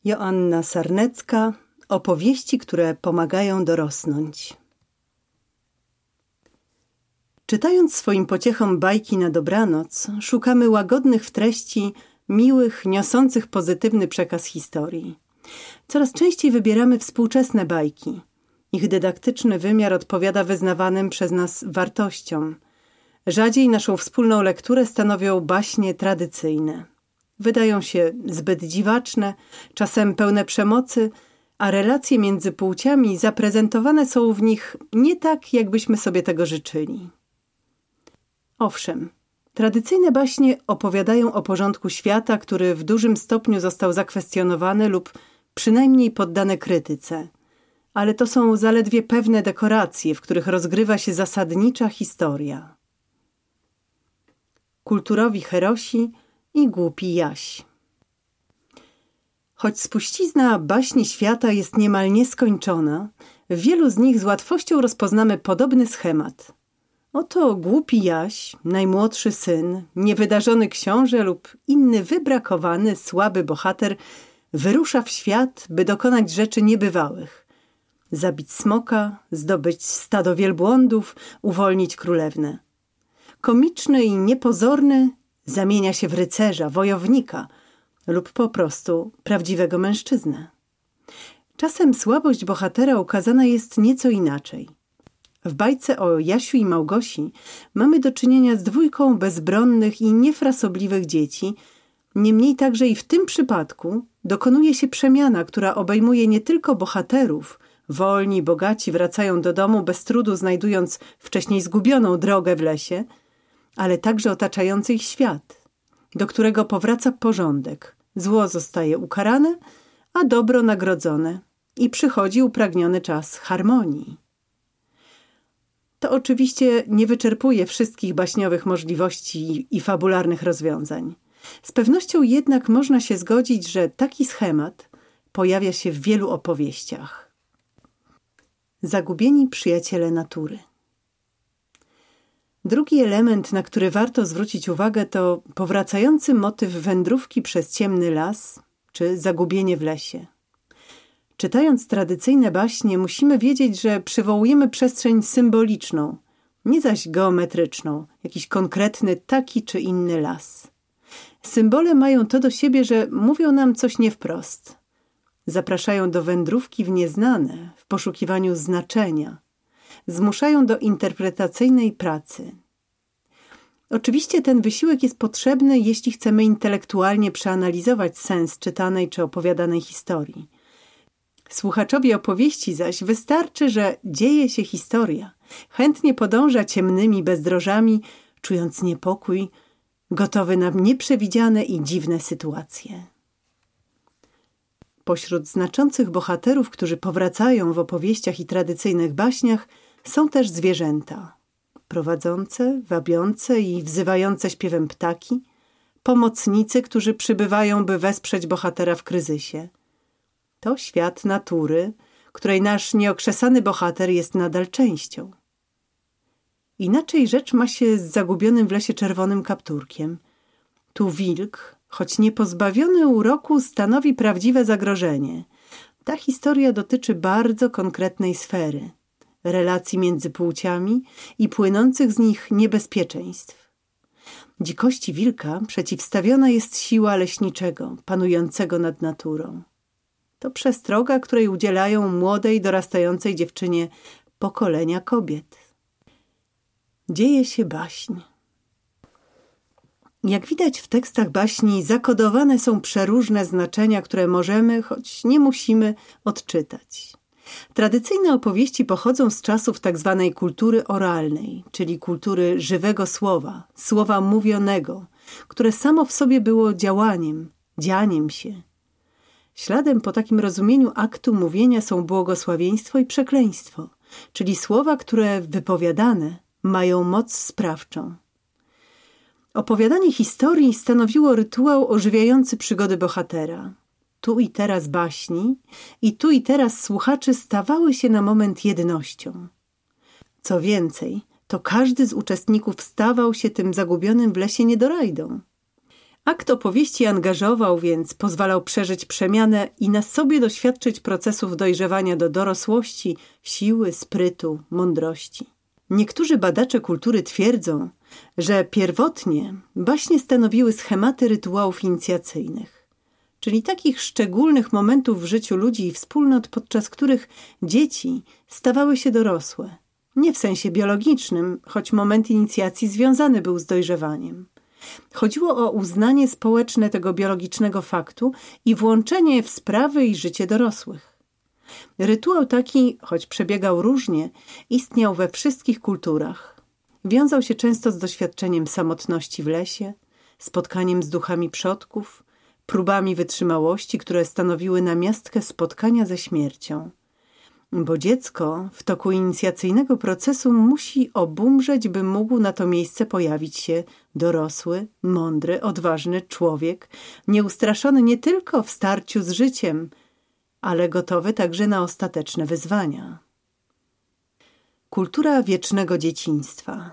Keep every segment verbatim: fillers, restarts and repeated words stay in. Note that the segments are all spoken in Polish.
Joanna Sarnecka. Opowieści, które pomagają dorosnąć. Czytając swoim pociechom bajki na dobranoc, szukamy łagodnych w treści, miłych, niosących pozytywny przekaz historii. Coraz częściej wybieramy współczesne bajki. Ich dydaktyczny wymiar odpowiada wyznawanym przez nas wartościom. Rzadziej naszą wspólną lekturę stanowią baśnie tradycyjne. Wydają się zbyt dziwaczne, czasem pełne przemocy, a relacje między płciami zaprezentowane są w nich nie tak, jakbyśmy sobie tego życzyli. Owszem, tradycyjne baśnie opowiadają o porządku świata, który w dużym stopniu został zakwestionowany lub przynajmniej poddany krytyce. Ale to są zaledwie pewne dekoracje, w których rozgrywa się zasadnicza historia. Kulturowi herosi i głupi Jaś. Choć spuścizna baśni świata jest niemal nieskończona, w wielu z nich z łatwością rozpoznamy podobny schemat. Oto głupi Jaś, najmłodszy syn, niewydarzony książę lub inny wybrakowany, słaby bohater wyrusza w świat, by dokonać rzeczy niebywałych. Zabić smoka, zdobyć stado wielbłądów, uwolnić królewnę. Komiczny i niepozorny zamienia się w rycerza, wojownika lub po prostu prawdziwego mężczyznę. Czasem słabość bohatera ukazana jest nieco inaczej. W bajce o Jasiu i Małgosi mamy do czynienia z dwójką bezbronnych i niefrasobliwych dzieci, niemniej także i w tym przypadku dokonuje się przemiana, która obejmuje nie tylko bohaterów. Wolni, bogaci wracają do domu bez trudu, znajdując wcześniej zgubioną drogę w lesie, ale także otaczający ich świat, do którego powraca porządek. Zło zostaje ukarane, a dobro nagrodzone i przychodzi upragniony czas harmonii. To oczywiście nie wyczerpuje wszystkich baśniowych możliwości i fabularnych rozwiązań. Z pewnością jednak można się zgodzić, że taki schemat pojawia się w wielu opowieściach. Zagubieni przyjaciele natury. Drugi element, na który warto zwrócić uwagę, to powracający motyw wędrówki przez ciemny las czy zagubienie w lesie. Czytając tradycyjne baśnie, musimy wiedzieć, że przywołujemy przestrzeń symboliczną, nie zaś geometryczną, jakiś konkretny taki czy inny las. Symbole mają to do siebie, że mówią nam coś nie wprost. Zapraszają do wędrówki w nieznane, w poszukiwaniu znaczenia. Zmuszają do interpretacyjnej pracy. Oczywiście ten wysiłek jest potrzebny, jeśli chcemy intelektualnie przeanalizować sens czytanej czy opowiadanej historii. Słuchaczowi opowieści zaś wystarczy, że dzieje się historia. Chętnie podąża ciemnymi bezdrożami, czując niepokój, gotowy na nieprzewidziane i dziwne sytuacje. Pośród znaczących bohaterów, którzy powracają w opowieściach i tradycyjnych baśniach, są też zwierzęta. Prowadzące, wabiące i wzywające śpiewem ptaki, pomocnicy, którzy przybywają, by wesprzeć bohatera w kryzysie. To świat natury, której nasz nieokrzesany bohater jest nadal częścią. Inaczej rzecz ma się z zagubionym w lesie czerwonym kapturkiem. Tu wilk, choć nie pozbawiony uroku, stanowi prawdziwe zagrożenie. Ta historia dotyczy bardzo konkretnej sfery, relacji między płciami i płynących z nich niebezpieczeństw. Dzikości wilka przeciwstawiona jest siła leśniczego, panującego nad naturą. To przestroga, której udzielają młodej, dorastającej dziewczynie pokolenia kobiet. Dzieje się baśń. Jak widać w tekstach baśni zakodowane są przeróżne znaczenia, które możemy, choć nie musimy, odczytać. Tradycyjne opowieści pochodzą z czasów tzw. kultury oralnej, czyli kultury żywego słowa, słowa mówionego, które samo w sobie było działaniem, dzianiem się. Śladem po takim rozumieniu aktu mówienia są błogosławieństwo i przekleństwo, czyli słowa, które wypowiadane mają moc sprawczą. Opowiadanie historii stanowiło rytuał ożywiający przygody bohatera. Tu i teraz baśni i tu i teraz słuchaczy stawały się na moment jednością. Co więcej, to każdy z uczestników stawał się tym zagubionym w lesie niedorajdą. Akt opowieści angażował, więc pozwalał przeżyć przemianę i na sobie doświadczyć procesów dojrzewania do dorosłości, siły, sprytu, mądrości. Niektórzy badacze kultury twierdzą, że pierwotnie baśnie stanowiły schematy rytuałów inicjacyjnych, czyli takich szczególnych momentów w życiu ludzi i wspólnot, podczas których dzieci stawały się dorosłe. Nie w sensie biologicznym, choć moment inicjacji związany był z dojrzewaniem. Chodziło o uznanie społeczne tego biologicznego faktu i włączenie w sprawy i życie dorosłych. Rytuał taki, choć przebiegał różnie, istniał we wszystkich kulturach. Wiązał się często z doświadczeniem samotności w lesie, spotkaniem z duchami przodków, próbami wytrzymałości, które stanowiły namiastkę spotkania ze śmiercią. Bo dziecko w toku inicjacyjnego procesu musi obumrzeć, by mógł na to miejsce pojawić się dorosły, mądry, odważny człowiek, nieustraszony nie tylko w starciu z życiem, ale gotowy także na ostateczne wyzwania. Kultura wiecznego dzieciństwa.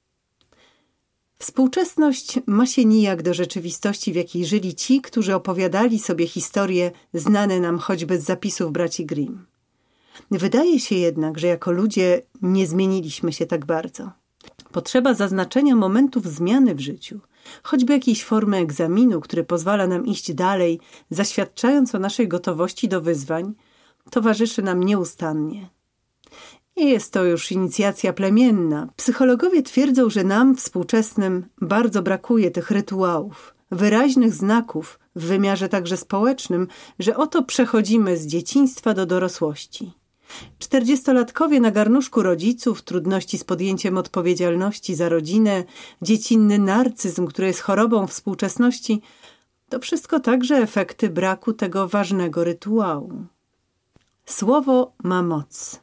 Współczesność ma się nijak do rzeczywistości, w jakiej żyli ci, którzy opowiadali sobie historie znane nam choćby z zapisów braci Grimm. Wydaje się jednak, że jako ludzie nie zmieniliśmy się tak bardzo. Potrzeba zaznaczenia momentów zmiany w życiu, choćby jakiejś formy egzaminu, który pozwala nam iść dalej, zaświadczając o naszej gotowości do wyzwań, towarzyszy nam nieustannie. Nie jest to już inicjacja plemienna. Psychologowie twierdzą, że nam, współczesnym, bardzo brakuje tych rytuałów, wyraźnych znaków w wymiarze także społecznym, że oto przechodzimy z dzieciństwa do dorosłości. Czterdziestolatkowie na garnuszku rodziców, trudności z podjęciem odpowiedzialności za rodzinę, dziecinny narcyzm, który jest chorobą współczesności, to wszystko także efekty braku tego ważnego rytuału. Słowo ma moc.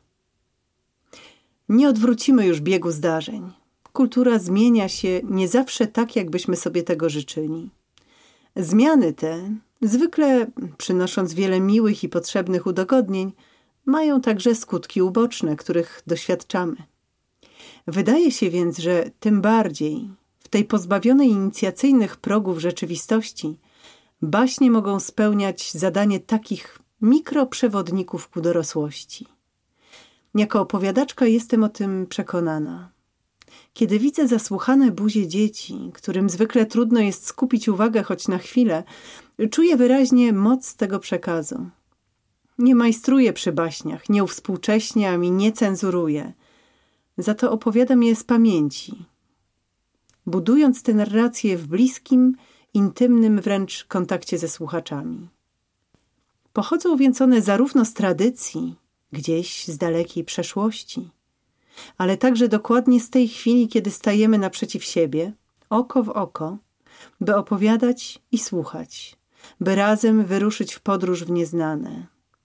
Nie odwrócimy już biegu zdarzeń. Kultura zmienia się nie zawsze tak, jakbyśmy sobie tego życzyli. Zmiany te, zwykle przynosząc wiele miłych i potrzebnych udogodnień, mają także skutki uboczne, których doświadczamy. Wydaje się więc, że tym bardziej w tej pozbawionej inicjacyjnych progów rzeczywistości baśnie mogą spełniać zadanie takich mikroprzewodników ku dorosłości. Jako opowiadaczka jestem o tym przekonana. Kiedy widzę zasłuchane buzie dzieci, którym zwykle trudno jest skupić uwagę choć na chwilę, czuję wyraźnie moc tego przekazu. Nie majstruję przy baśniach, nie uwspółcześniam i nie cenzuruję. Za to opowiadam je z pamięci, budując tę narrację w bliskim, intymnym wręcz kontakcie ze słuchaczami. Pochodzą więc one zarówno z tradycji, gdzieś z dalekiej przeszłości, ale także dokładnie z tej chwili, kiedy stajemy naprzeciw siebie, oko w oko, by opowiadać i słuchać, by razem wyruszyć w podróż w nieznane.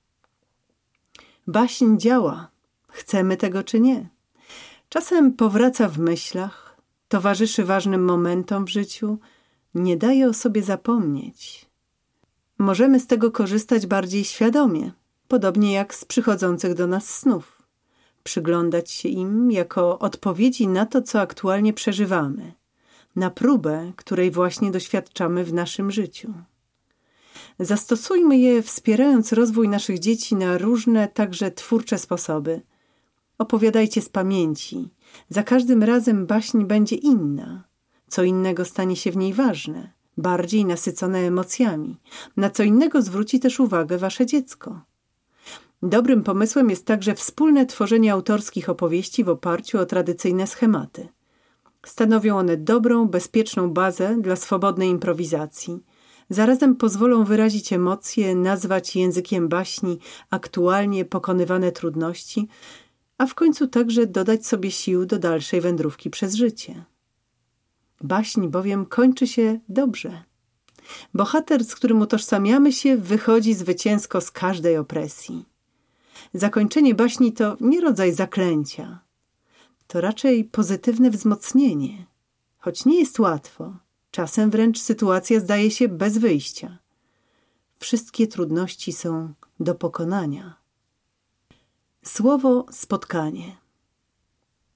Baśń działa, chcemy tego czy nie. Czasem powraca w myślach, towarzyszy ważnym momentom w życiu, nie daje o sobie zapomnieć. Możemy z tego korzystać bardziej świadomie, podobnie jak z przychodzących do nas snów. Przyglądać się im jako odpowiedzi na to, co aktualnie przeżywamy, na próbę, której właśnie doświadczamy w naszym życiu. Zastosujmy je, wspierając rozwój naszych dzieci na różne, także twórcze sposoby. Opowiadajcie z pamięci. Za każdym razem baśń będzie inna. Co innego stanie się w niej ważne, bardziej nasycone emocjami. Na co innego zwróci też uwagę wasze dziecko. Dobrym pomysłem jest także wspólne tworzenie autorskich opowieści w oparciu o tradycyjne schematy. Stanowią one dobrą, bezpieczną bazę dla swobodnej improwizacji. Zarazem pozwolą wyrazić emocje, nazwać językiem baśni aktualnie pokonywane trudności, a w końcu także dodać sobie sił do dalszej wędrówki przez życie. Baśń bowiem kończy się dobrze. Bohater, z którym utożsamiamy się, wychodzi zwycięsko z każdej opresji. Zakończenie baśni to nie rodzaj zaklęcia. To raczej pozytywne wzmocnienie. Choć nie jest łatwo, czasem wręcz sytuacja zdaje się bez wyjścia. Wszystkie trudności są do pokonania. Słowo spotkanie.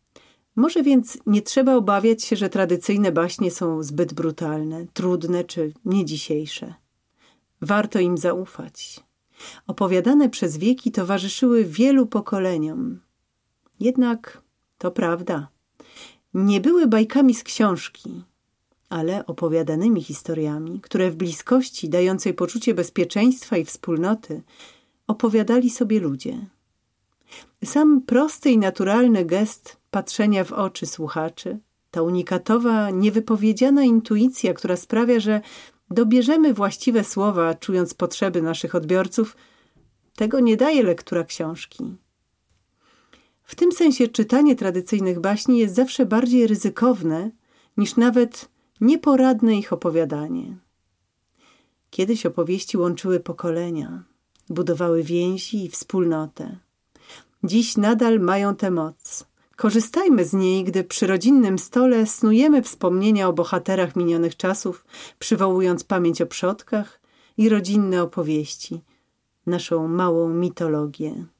Może więc nie trzeba obawiać się, że tradycyjne baśnie są zbyt brutalne, trudne czy nie dzisiejsze. Warto im zaufać. Opowiadane przez wieki towarzyszyły wielu pokoleniom. Jednak to prawda. Nie były bajkami z książki, ale opowiadanymi historiami, które w bliskości dającej poczucie bezpieczeństwa i wspólnoty opowiadali sobie ludzie. Sam prosty i naturalny gest patrzenia w oczy słuchaczy, ta unikatowa, niewypowiedziana intuicja, która sprawia, że dobierzemy właściwe słowa, czując potrzeby naszych odbiorców, tego nie daje lektura książki. W tym sensie czytanie tradycyjnych baśni jest zawsze bardziej ryzykowne niż nawet nieporadne ich opowiadanie. Kiedyś opowieści łączyły pokolenia, budowały więzi i wspólnotę. Dziś nadal mają tę moc. Korzystajmy z niej, gdy przy rodzinnym stole snujemy wspomnienia o bohaterach minionych czasów, przywołując pamięć o przodkach i rodzinne opowieści, naszą małą mitologię.